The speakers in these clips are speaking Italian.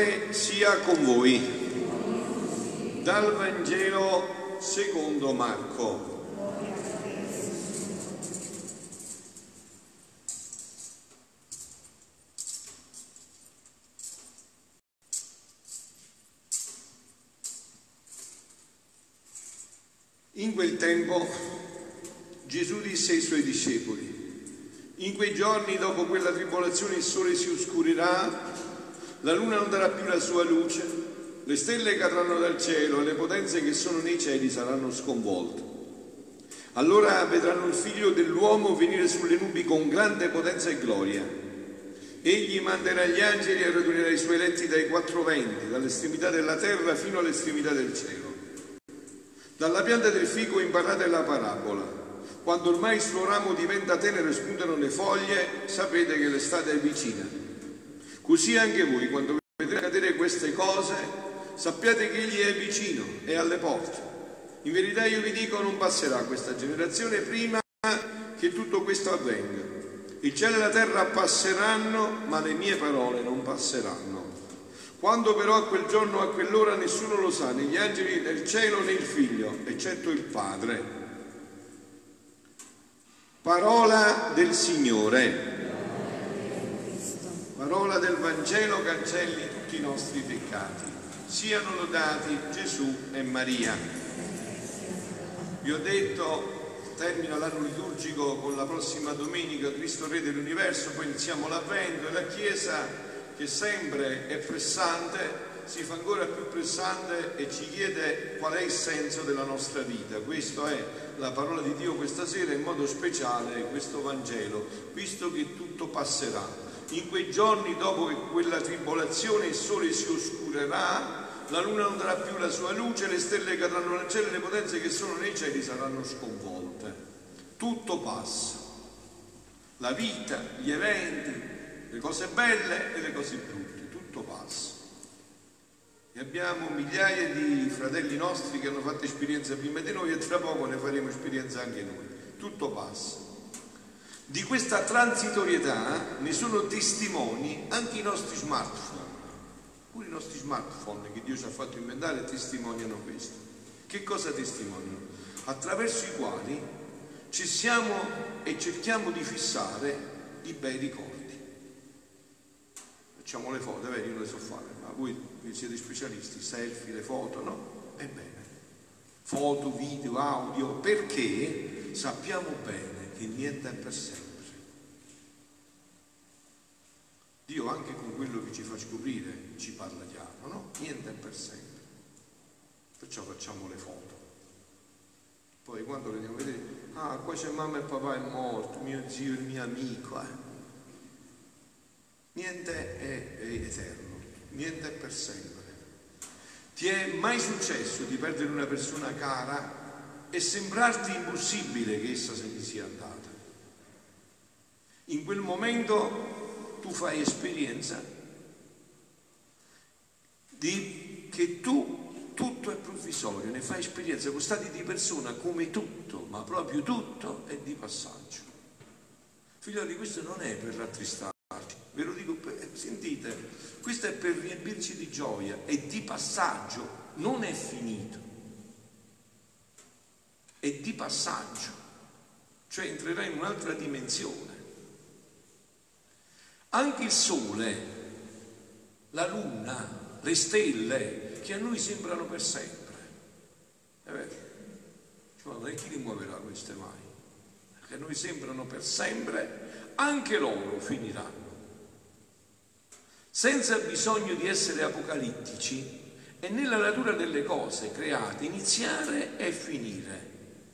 Signore sia con voi. Dal Vangelo secondo Marco. In quel tempo Gesù disse ai suoi discepoli: in quei giorni, dopo quella tribolazione, il sole si oscurerà, la luna non darà più la sua luce, le stelle cadranno dal cielo e le potenze che sono nei cieli saranno sconvolte. Allora vedranno il Figlio dell'uomo venire sulle nubi con grande potenza e gloria. Egli manderà gli angeli e radunare i suoi eletti dai quattro venti, dall'estremità della terra fino all'estremità del cielo. Dalla pianta del fico imparate la parabola: quando ormai il suo ramo diventa tenero e spuntano le foglie, sapete che l'estate è vicina. Così anche voi, quando vedrete accadere queste cose, sappiate che egli è vicino, è alle porte. In verità io vi dico, non passerà questa generazione prima che tutto questo avvenga. Il cielo e la terra passeranno, ma le mie parole non passeranno. Quando però a quel giorno, a quell'ora, nessuno lo sa, né gli angeli del cielo né il Figlio, eccetto il Padre. Parola del Signore. Parola del Vangelo cancelli tutti i nostri peccati. Siano lodati Gesù e Maria. Vi ho detto, termina l'anno liturgico con la prossima domenica, Cristo Re dell'Universo, poi iniziamo l'Avvento e la Chiesa, che sempre è pressante, si fa ancora più pressante e ci chiede qual è il senso della nostra vita. Questa è la parola di Dio questa sera, in modo speciale questo Vangelo, visto che tutto passerà. In quei giorni, dopo quella tribolazione, il sole si oscurerà, la luna non darà più la sua luce, le stelle cadranno dal cielo e le potenze che sono nei cieli saranno sconvolte. Tutto passa. La vita, gli eventi, le cose belle e le cose brutte, tutto passa. E abbiamo migliaia di fratelli nostri che hanno fatto esperienza prima di noi e tra poco ne faremo esperienza anche noi. Tutto passa. Di questa transitorietà ne sono testimoni anche i nostri smartphone. Pure i nostri smartphone che Dio ci ha fatto inventare testimoniano questo. Che cosa testimoniano? Attraverso i quali ci siamo e cerchiamo di fissare i bei ricordi. Facciamo le foto, io non le so fare, ma voi siete specialisti, selfie, le foto, no? Ebbene, foto, video, audio, perché sappiamo bene che niente è per sempre. Dio anche con quello che ci fa scoprire ci parla chiaro, no? Niente è per sempre. Perciò facciamo le foto. Poi quando le andiamo a vedere, qua c'è mamma e papà è morto, mio zio e il mio amico, Niente è eterno, niente è per sempre. Ti è mai successo di perdere una persona cara e sembrarti impossibile che essa se ne sia andata? In quel momento tu fai esperienza di che tutto è provvisorio, ne fai esperienza con stati di persona come tutto, ma proprio tutto è di passaggio. Figlioli, questo non è per rattristare. Ve lo dico, sentite, questo è per riempirci di gioia, è di passaggio, non è finito, è di passaggio, cioè entrerà in un'altra dimensione. Anche il sole, la luna, le stelle, che a noi sembrano per sempre, e chi li muoverà queste mai? Che a noi sembrano per sempre, anche loro finiranno. Senza bisogno di essere apocalittici, è nella natura delle cose create iniziare e finire.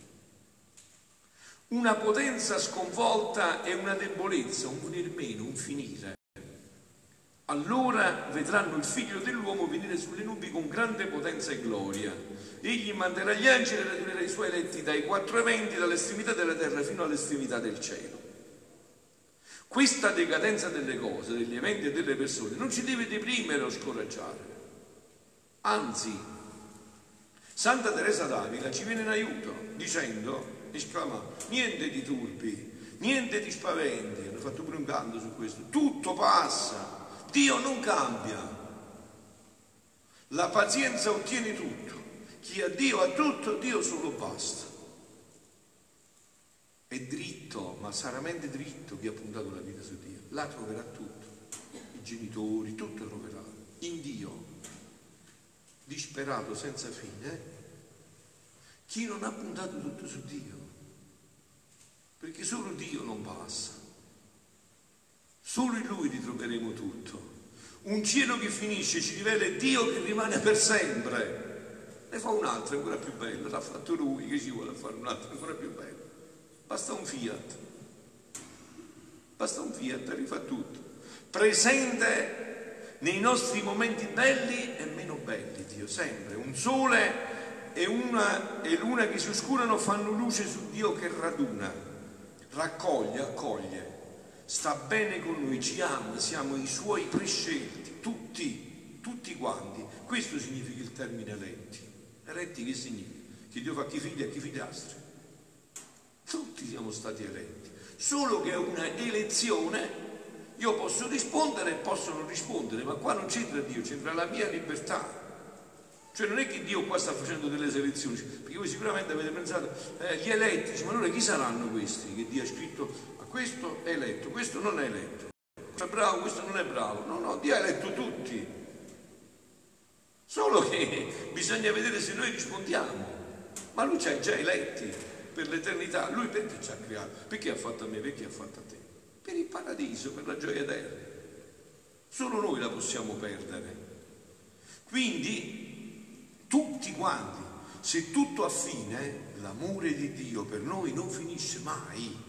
Una potenza sconvolta e una debolezza, un venir meno, un finire. Allora vedranno il Figlio dell'uomo venire sulle nubi con grande potenza e gloria. Egli manderà gli angeli e radunerà i suoi eletti dai quattro venti, dall'estremità della terra fino all'estremità del cielo. Questa decadenza delle cose, degli eventi e delle persone non ci deve deprimere o scoraggiare. Anzi, Santa Teresa d'Avila ci viene in aiuto dicendo, esclamando: niente di turbi, niente di spaventi. Hanno fatto pure un canto su questo. Tutto passa, Dio non cambia. La pazienza ottiene tutto. Chi ha Dio ha tutto, Dio solo basta. È dritto, ma saramente dritto chi ha puntato la vita su Dio. Là troverà tutto. I genitori, tutto troverà. In Dio, disperato senza fine, chi non ha puntato tutto su Dio. Perché solo Dio non passa. Solo in Lui ritroveremo tutto. Un cielo che finisce ci rivela Dio che rimane per sempre. Ne fa un altro ancora più bello. L'ha fatto Lui, che ci vuole fare un altro ancora più bello? Basta un Fiat. Basta un Fiat e rifà tutto. Presente nei nostri momenti belli e meno belli, Dio, sempre. Un sole e luna che si oscurano fanno luce su Dio che raduna, raccoglie, accoglie. Sta bene con noi, ci ama, siamo i suoi prescelti, tutti quanti. Questo significa il termine eletti. Eletti che significa? Che Dio fa chi figli e chi figliastri. Tutti siamo stati eletti. Solo che è una elezione, io posso rispondere e posso non rispondere, ma qua non c'entra Dio, c'entra la mia libertà. Cioè non è che Dio qua sta facendo delle selezioni, perché voi sicuramente avete pensato, gli eletti, ma allora chi saranno questi che Dio ha scritto? Questo è eletto, questo non è eletto, questo è bravo, questo non è bravo. No, Dio ha eletto tutti, solo che bisogna vedere se noi rispondiamo. Ma Lui ci ha già eletti per l'eternità. Lui perché ci ha creato? Perché ha fatto a me, perché ha fatto a te? Per il paradiso, per la gioia eterna. Solo noi la possiamo perdere. Quindi tutti quanti, se tutto ha fine, l'amore di Dio per noi non finisce mai.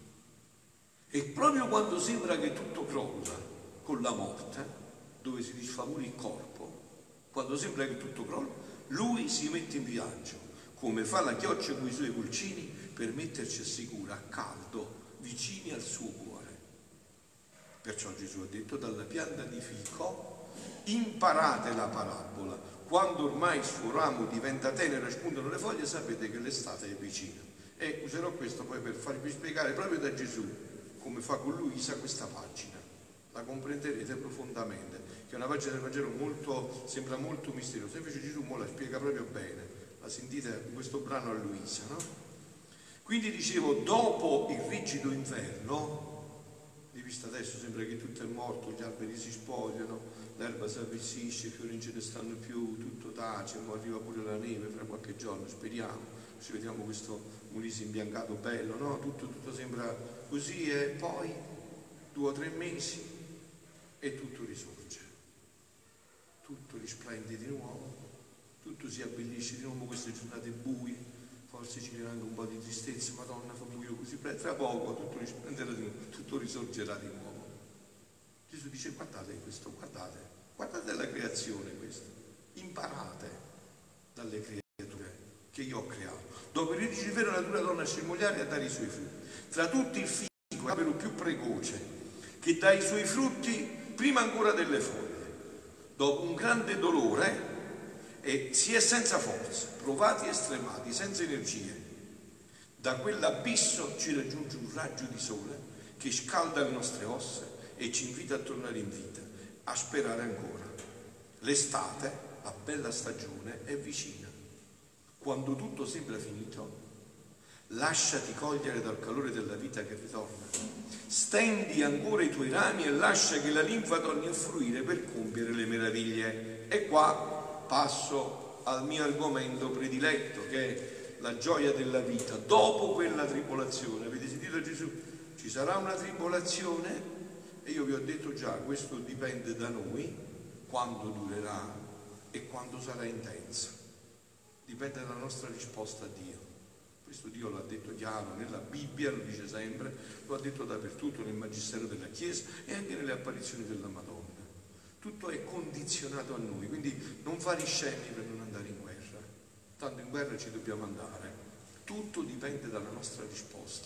E proprio quando sembra che tutto crolla con la morte, dove si disfa pure il corpo, quando sembra che tutto crolla, Lui si mette in viaggio, come fa la chioccia con i suoi pulcini, per metterci a sicuro, a caldo, vicini al suo cuore. Perciò Gesù ha detto: dalla pianta di fico imparate la parabola. Quando ormai il suo ramo diventa tenero e spuntano le foglie, sapete che l'estate è vicina. E userò questo poi per farvi spiegare proprio da Gesù come fa con Luisa questa pagina. La comprenderete profondamente, che è una pagina del Vangelo sembra molto misteriosa, invece Gesù la spiega proprio bene. La sentite in questo brano a Luisa, no? Quindi dicevo, dopo il rigido inverno, di vista adesso sembra che tutto è morto, gli alberi si spogliano, l'erba si appiccisce, i fiori non ce ne stanno più, tutto tace, ma arriva pure la neve fra qualche giorno, speriamo. Ci vediamo questo Molise imbiancato bello, no? Tutto sembra così, e poi 2 o 3 mesi e tutto risorge, tutto risplende di nuovo, tutto si abbellisce di nuovo. Queste giornate buie, forse ci viene anche un po' di tristezza, Madonna fa buio così, tra poco tutto risplenderà di nuovo, tutto risorgerà di nuovo. Gesù dice: guardate questo, guardate la creazione questa, imparate dalle creature che io ho creato. Dopo il vero natura donna a scermogliare e a dare i suoi frutti. Tra tutti il fico è l'albero più precoce, che dà i suoi frutti prima ancora delle foglie. Dopo un grande dolore si è senza forza, provati e stremati, senza energie. Da quell'abisso ci raggiunge un raggio di sole che scalda le nostre ossa e ci invita a tornare in vita, a sperare ancora. L'estate, la bella stagione, è vicina. Quando tutto sembra finito, lasciati cogliere dal calore della vita che ritorna. Stendi ancora i tuoi rami e lascia che la linfa torni a fruire per compiere le meraviglie. E qua passo al mio argomento prediletto, che è la gioia della vita dopo quella tribolazione. Avete sentito Gesù? Ci sarà una tribolazione, e io vi ho detto già, questo dipende da noi, quando durerà e quando sarà intensa. Dipende dalla nostra risposta a Dio. Questo Dio l'ha detto chiaro nella Bibbia, lo dice sempre, lo ha detto dappertutto nel Magistero della Chiesa e anche nelle apparizioni della Madonna. Tutto è condizionato a noi, quindi non fare i scemi per non andare in guerra. Tanto in guerra ci dobbiamo andare. Tutto dipende dalla nostra risposta.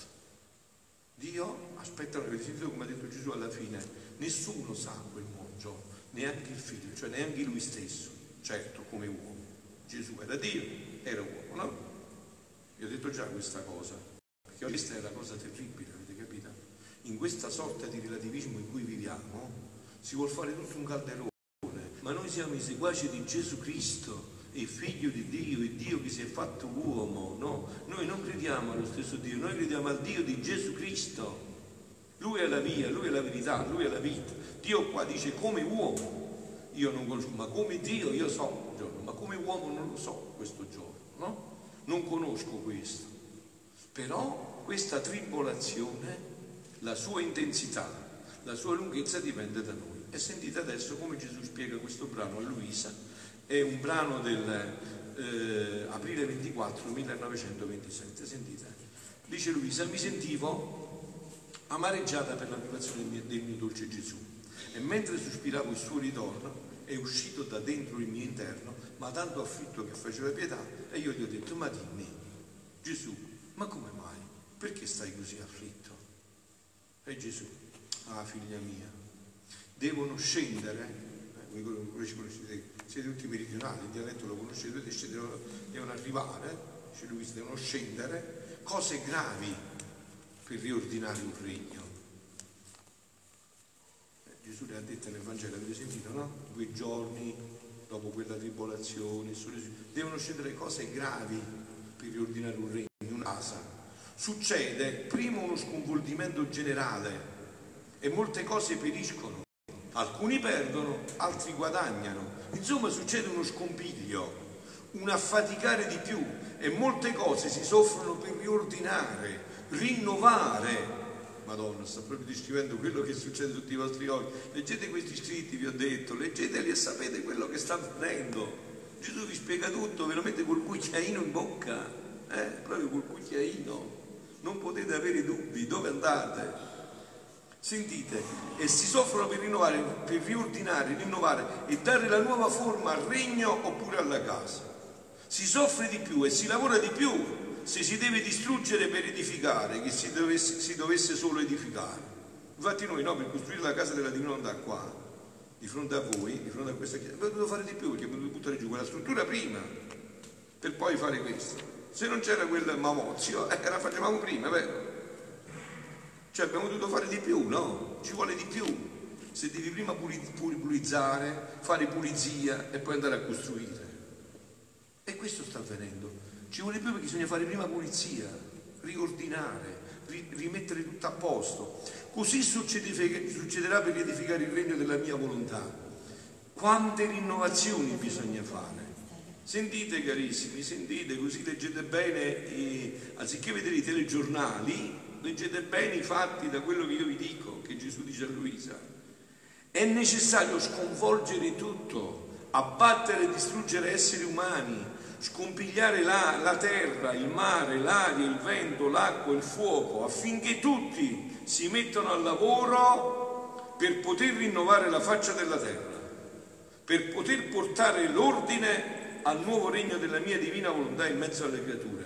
Dio aspetta, avete sentito come ha detto Gesù alla fine? Nessuno sa quel buon giorno, neanche il Figlio, cioè neanche Lui stesso, certo come uomo. Gesù era Dio, era uomo, no? Vi ho detto già questa cosa, perché questa è la cosa terribile, avete capito? In questa sorta di relativismo in cui viviamo si vuol fare tutto un calderone, ma noi siamo i seguaci di Gesù Cristo, il figlio di Dio, il Dio che si è fatto uomo, no? Noi non crediamo allo stesso Dio, noi crediamo al Dio di Gesù Cristo. Lui è la via, Lui è la verità, Lui è la vita. Dio qua dice come uomo, io non conosco, ma come Dio io so un giorno, ma come uomo non lo so questo giorno, no? Non conosco questo. Però questa tribolazione, la sua intensità, la sua lunghezza dipende da noi. E sentite adesso come Gesù spiega questo brano a Luisa. È un brano del aprile 24 1927. Sentite, dice Luisa: mi sentivo amareggiata per la privazione del mio dolce Gesù, e mentre sospiravo il suo ritorno è uscito da dentro il mio interno, ma tanto afflitto che faceva pietà, e io gli ho detto: ma dimmi, Gesù, ma come mai? Perché stai così afflitto? E Gesù: ah, figlia mia, devono scendere, voi ci conoscete, siete tutti meridionali, il dialetto lo conoscete, devono arrivare, dice Luisa, devono scendere cose gravi per riordinare un regno. Gesù le ha dette nel Vangelo, avete sentito, no? 2 giorni dopo quella tribolazione devono scendere cose gravi per riordinare un regno, una casa. Succede prima uno sconvolgimento generale e molte cose periscono, alcuni perdono, altri guadagnano, insomma succede uno scompiglio, un affaticare di più, e molte cose si soffrono per riordinare, rinnovare. Madonna, sta proprio descrivendo quello che succede sotto i vostri occhi. Leggete questi scritti, vi ho detto, leggeteli e sapete quello che sta avvenendo. Gesù vi spiega tutto, veramente col cucchiaino in bocca, proprio col cucchiaino. Non potete avere dubbi, dove andate? Sentite, e si soffrono per rinnovare, per riordinare, rinnovare e dare la nuova forma al regno oppure alla casa. Si soffre di più e si lavora di più se si deve distruggere per edificare che si dovesse solo edificare. Infatti noi, no, per costruire la casa della divinità qua, di fronte a voi, di fronte a questa chiesa, abbiamo dovuto fare di più, perché abbiamo dovuto buttare giù quella struttura prima per poi fare questo. Se non c'era quel mamozio, la facevamo prima, vero? Cioè abbiamo dovuto fare di più, no? Ci vuole di più. Se devi prima pulizzare, fare pulizia e poi andare a costruire. E questo sta avvenendo. Ci vuole più perché bisogna fare prima pulizia, riordinare, rimettere tutto a posto. Così succederà per edificare il regno della mia volontà. Quante rinnovazioni bisogna fare. Sentite carissimi, sentite, così leggete bene, anziché vedere i telegiornali, leggete bene i fatti da quello che io vi dico, che Gesù dice a Luisa. È necessario sconvolgere tutto, abbattere e distruggere esseri umani, scompigliare la terra, il mare, l'aria, il vento, l'acqua, il fuoco, affinché tutti si mettano al lavoro per poter rinnovare la faccia della terra, per poter portare l'ordine al nuovo regno della mia divina volontà in mezzo alle creature.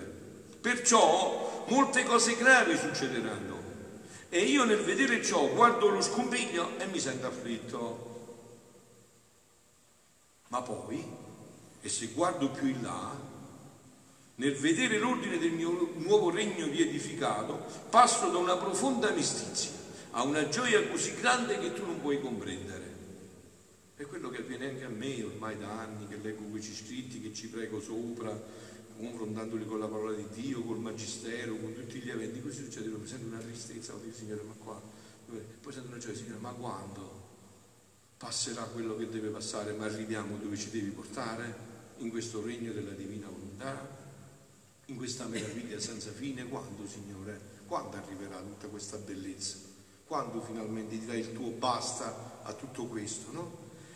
Perciò molte cose gravi succederanno e io nel vedere ciò guardo lo scompiglio e mi sento afflitto. Ma poi, e se guardo più in là, nel vedere l'ordine del mio nuovo regno riedificato, passo da una profonda mestizia a una gioia così grande che tu non puoi comprendere. È quello che avviene anche a me ormai da anni, che leggo questi scritti, che ci prego sopra, confrontandoli con la parola di Dio, col Magistero, con tutti gli eventi. Così succede, mi sento una tristezza, dico Signore, ma qua? Poi sento una gioia, Signore, ma quando passerà quello che deve passare, ma arriviamo dove ci devi portare? In questo regno della divina volontà? In questa meraviglia senza fine? Quando, Signore? Quando arriverà tutta questa bellezza? Quando finalmente dirai il tuo basta a tutto questo, no?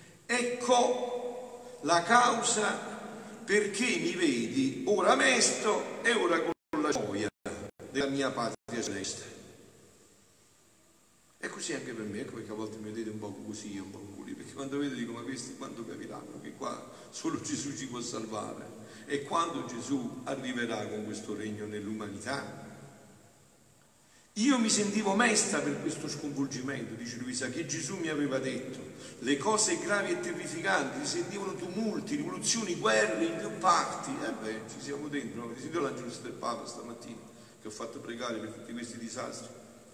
Ecco la causa perché mi vedi ora mesto e ora con la gioia della mia patria celeste. E così anche per me, ecco perché a volte mi vedete un po' così, un po' così, perché quando vedo dico, ma questi quando capiranno che qua solo Gesù ci può salvare, e quando Gesù arriverà con questo regno nell'umanità? Io mi sentivo mesta per questo sconvolgimento, dice Luisa, che Gesù mi aveva detto. Le cose gravi e terrificanti, si sentivano tumulti, rivoluzioni, guerre in più parti. Ci siamo dentro, no? Avete sentito l'angelo del Papa stamattina, che ho fatto pregare per tutti questi disastri?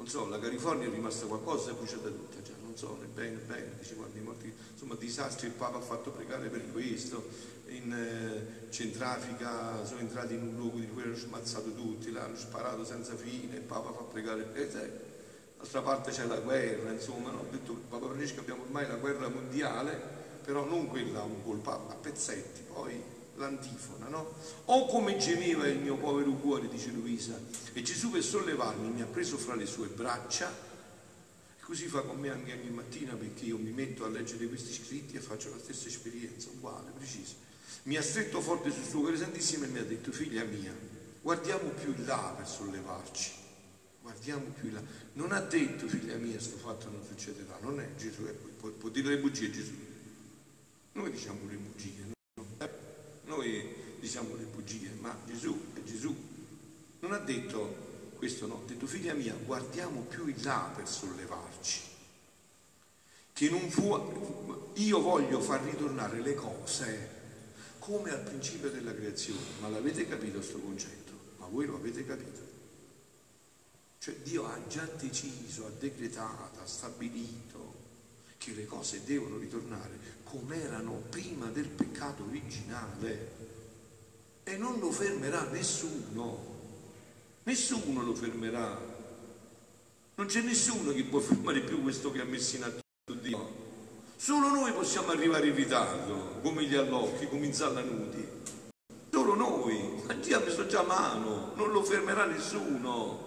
non so, la California è rimasta qualcosa, si è bruciata tutta già, non so, né bene, dice quanti morti, insomma disastri, il Papa ha fatto pregare per questo, in Centrafrica sono entrati in un luogo di cui hanno smazzato tutti, l'hanno sparato senza fine, il Papa fa pregare, d'altra parte c'è la guerra, insomma, no? Ho detto il Papa Francesco abbiamo ormai la guerra mondiale, però non quella un colpo a pezzetti, poi l'antifona, no? O come gemeva il mio povero cuore, dice Luisa, e Gesù per sollevarmi mi ha preso fra le sue braccia, e così fa con me anche ogni mattina, perché io mi metto a leggere questi scritti e faccio la stessa esperienza, uguale, precisa. Mi ha stretto forte sul suo cuore santissimo e mi ha detto: figlia mia, guardiamo più in là per sollevarci, guardiamo più in là. Non ha detto: figlia mia, sto fatto non succederà, non è Gesù, può dire le bugie Gesù. Noi diciamo le bugie, no? Noi diciamo le bugie, ma Gesù è Gesù. Non ha detto questo, no, ha detto: figlia mia, guardiamo più in là per sollevarci, che non fu, io voglio far ritornare le cose come al principio della creazione. Ma l'avete capito questo concetto? Ma voi lo avete capito? Cioè Dio ha già deciso, ha decretato, ha stabilito che le cose devono ritornare come erano prima del peccato originale, e non lo fermerà nessuno. Nessuno lo fermerà. Non c'è nessuno che può fermare più questo che ha messo in atto Dio. Solo noi possiamo arrivare in ritardo, come gli allocchi, come i zallanuti. Solo noi. Ma Dio ha messo già mano, non lo fermerà nessuno.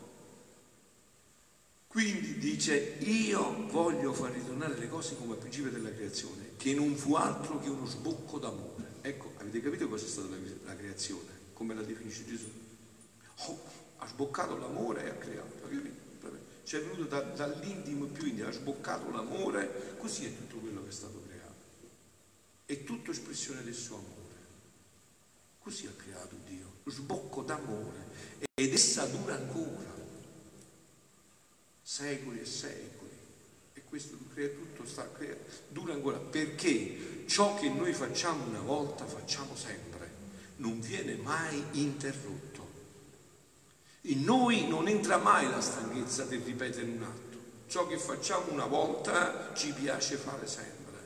Quindi dice: io voglio far ritornare le cose come al principio della creazione, che non fu altro che uno sbocco d'amore. Ecco, avete capito cosa è stata la creazione? Come la definisce Gesù? Ha sboccato l'amore e ha creato, capito? Ci è venuto dall'intimo più intimo, ha sboccato l'amore, così è tutto quello che è stato creato. È tutto espressione del suo amore. Così ha creato Dio, lo sbocco d'amore, ed essa dura ancora, secoli e secoli. E questo crea tutto, dura ancora, perché ciò che noi facciamo una volta facciamo sempre, non viene mai interrotto. In noi non entra mai la stanchezza del ripetere un atto. Ciò che facciamo una volta ci piace fare sempre.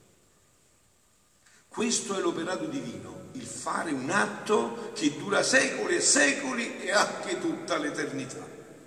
Questo è l'operato divino, il fare un atto che dura secoli e secoli e anche tutta l'eternità.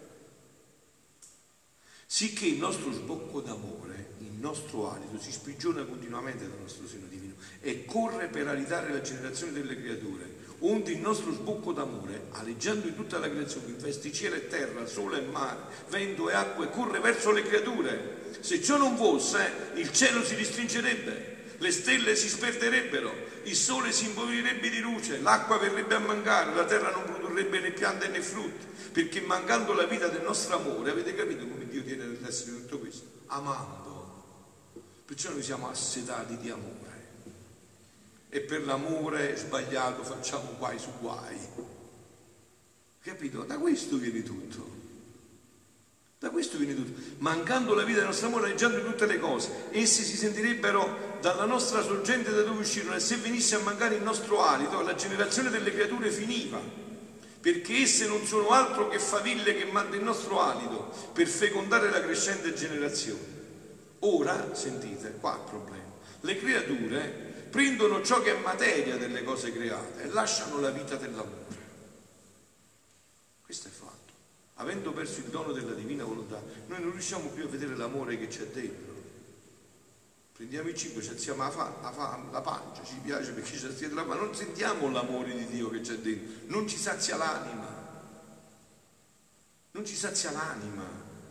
Sicché il nostro sbocco d'amore, il nostro alito, si sprigiona continuamente dal nostro seno divino e corre per alitare la generazione delle creature. Onde il nostro sbocco d'amore, aleggiando in tutta la creazione, investe cielo e terra, sole e mare, vento e acqua, e corre verso le creature. Se ciò non fosse, il cielo si ristringerebbe, le stelle si sperderebbero, il sole si impoverirebbe di luce, l'acqua verrebbe a mancare, la terra non produrrebbe né piante né frutti, perché mancando la vita del nostro amore, avete capito come Dio tiene nell'essere tutto questo? Amando. Perciò noi siamo assetati di amore. E per l'amore sbagliato facciamo guai su guai. Capito? Da questo viene tutto. Da questo viene tutto. Mancando la vita del nostro amore, aleggiando in tutte le cose, essi si sentirebbero dalla nostra sorgente da dove uscirono, e se venisse a mancare il nostro alito, la generazione delle creature finiva, perché esse non sono altro che faville che manda il nostro alito per fecondare la crescente generazione. Ora, sentite, qua il problema. Le creature prendono ciò che è materia delle cose create e lasciano la vita dell'amore. Questo è fatto. Avendo perso il dono della divina volontà, noi non riusciamo più a vedere l'amore che c'è dentro. Prendiamo il cibo, ci alziamo la pancia, ci piace perché ci alziamo la pancia, ma non sentiamo l'amore di Dio che c'è dentro, non ci sazia l'anima. Non ci sazia l'anima.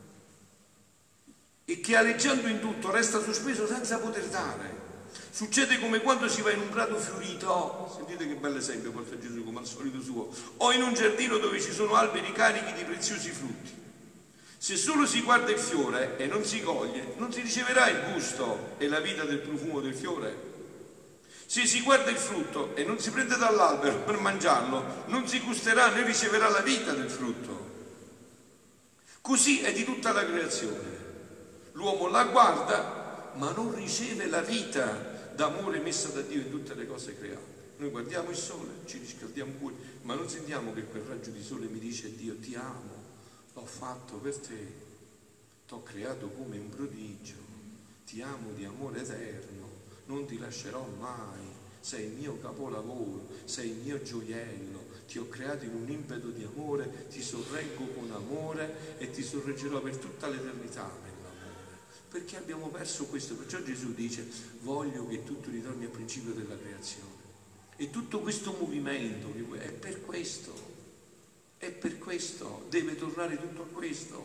E che aleggiando in tutto resta sospeso senza poter dare. Succede come quando si va in un prato fiorito, sentite che bel esempio porta Gesù come al solito suo, o in un giardino dove ci sono alberi carichi di preziosi frutti. Se solo si guarda il fiore e non si coglie, non si riceverà il gusto e la vita del profumo del fiore. Se si guarda il frutto e non si prende dall'albero per mangiarlo, non si gusterà né riceverà la vita del frutto. Così è di tutta la creazione. L'uomo la guarda, ma non riceve la vita d'amore messa da Dio in tutte le cose create. Noi guardiamo il sole, ci riscaldiamo pure, ma non sentiamo che quel raggio di sole mi dice: Dio ti amo, l'ho fatto per te, t'ho creato come un prodigio, ti amo di amore eterno, non ti lascerò mai, sei il mio capolavoro, sei il mio gioiello, ti ho creato in un impeto di amore, ti sorreggo con amore e ti sorreggerò per tutta l'eternità nell'amore. Perché abbiamo perso questo? Perciò Gesù dice: voglio che tutto ritorni al principio della creazione. E tutto questo movimento è per questo, deve tornare tutto a questo.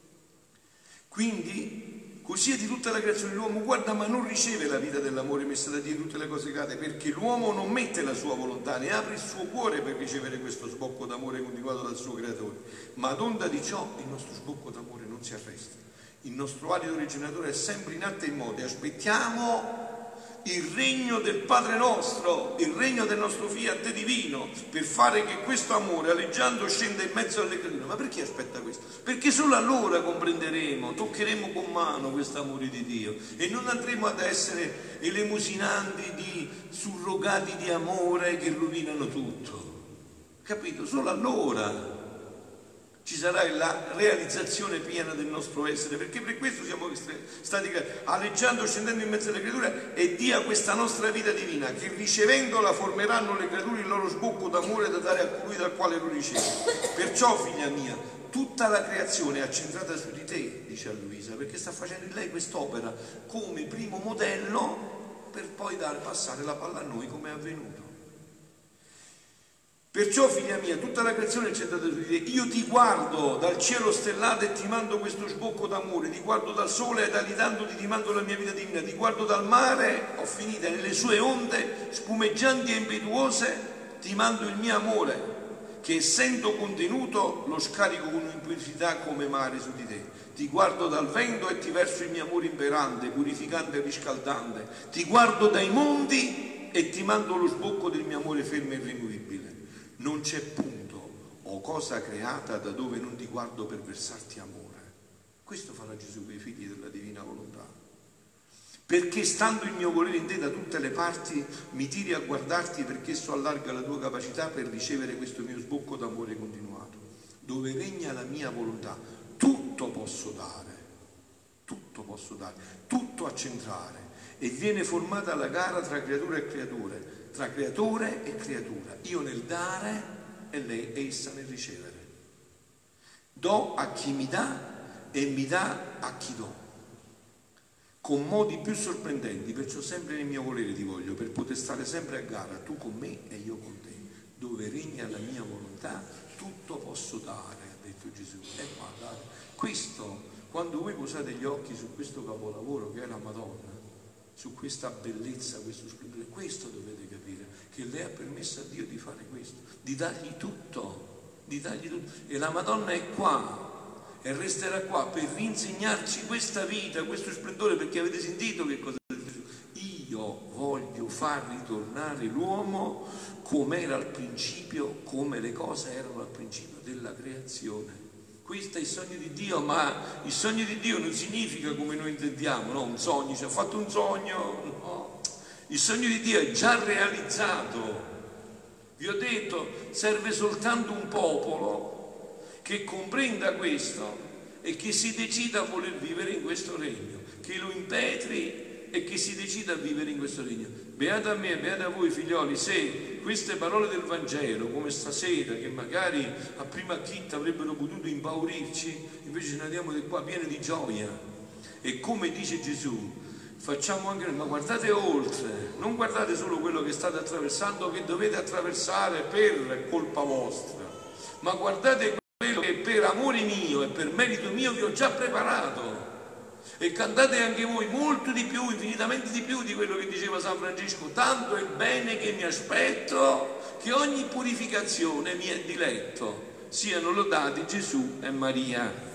Quindi, così è di tutta la creazione, l'uomo guarda ma non riceve la vita dell'amore messa da Dio in tutte le cose create, perché l'uomo non mette la sua volontà, ne apre il suo cuore per ricevere questo sbocco d'amore continuato dal suo creatore. Ma ad onda di ciò il nostro sbocco d'amore non si arresta. Il nostro alido originatore è sempre in atto e in moto. Aspettiamo il regno del Padre nostro, il regno del nostro Fiat divino, per fare che questo amore aleggiando scenda in mezzo alle creature. Ma perché aspetta questo? Perché solo allora comprenderemo, toccheremo con mano questo amore di Dio e non andremo ad essere elemosinanti di surrogati di amore che rovinano tutto. Capito? Solo allora ci sarà la realizzazione piena del nostro essere, perché per questo siamo stati aleggiando, scendendo in mezzo alle creature, e dia questa nostra vita divina, che ricevendola formeranno le creature il loro sbocco d'amore da dare a colui dal quale lo riceve. Perciò, figlia mia, tutta la creazione è accentrata su di te, dice a Luisa, perché sta facendo in lei quest'opera come primo modello per poi passare la palla a noi, come è avvenuto. Perciò, figlia mia, tutta la creazione è centrata su di te. Io ti guardo dal cielo stellato e ti mando questo sbocco d'amore, ti guardo dal sole ed alidandoti ti mando la mia vita divina, ti guardo dal mare, ho finita, nelle sue onde spumeggianti e impetuose ti mando il mio amore, che essendo contenuto lo scarico con un'impensità come mare su di te. Ti guardo dal vento e ti verso il mio amore imperante, purificante e riscaldante. Ti guardo dai monti e ti mando lo sbocco del mio amore fermo e irremovibile. Non c'è punto o cosa creata da dove non ti guardo per versarti amore. Questo farà Gesù per i figli della divina volontà. Perché stando il mio volere in te da tutte le parti, mi tiri a guardarti, perché esso allarga la tua capacità per ricevere questo mio sbocco d'amore continuato. Dove regna la mia volontà, tutto posso dare, tutto accentrare, e viene formata la gara tra creatura e creatore, tra creatore e creatura, io nel dare e lei essa nel ricevere. Do a chi mi dà e mi dà a chi do, con modi più sorprendenti, perciò sempre nel mio volere ti voglio, per poter stare sempre a gara, tu con me e io con te. Dove regna la mia volontà, tutto posso dare, ha detto Gesù. E guardate, questo, quando voi posate gli occhi su questo capolavoro che è la Madonna, su questa bellezza, questo splendore, questo dovete capire, che lei ha permesso a Dio di fare questo, di dargli tutto, e la Madonna è qua e resterà qua per rinsegnarci questa vita, questo splendore, perché avete sentito che cosa ha detto Gesù? Io voglio far ritornare l'uomo come era al principio, come le cose erano al principio della creazione. Questo è il sogno di Dio, ma il sogno di Dio non significa come noi intendiamo, no? Un sogno, ci ha fatto un sogno, no. Il sogno di Dio è già realizzato. Vi ho detto, serve soltanto un popolo che comprenda questo e che si decida a voler vivere in questo regno, che lo impetri e che si decida a vivere in questo regno. Beata a me, beata a voi figlioli, se queste parole del Vangelo, come stasera, che magari a prima acchitta avrebbero potuto impaurirci, invece ce ne andiamo di qua pieni di gioia. E come dice Gesù, facciamo anche noi, ma guardate oltre, non guardate solo quello che state attraversando, che dovete attraversare per colpa vostra, ma guardate quello che per amore mio e per merito mio vi ho già preparato. E cantate anche voi molto di più, infinitamente di più di quello che diceva San Francesco, tanto è bene che mi aspetto che ogni purificazione mi è diletto. Siano lodati Gesù e Maria.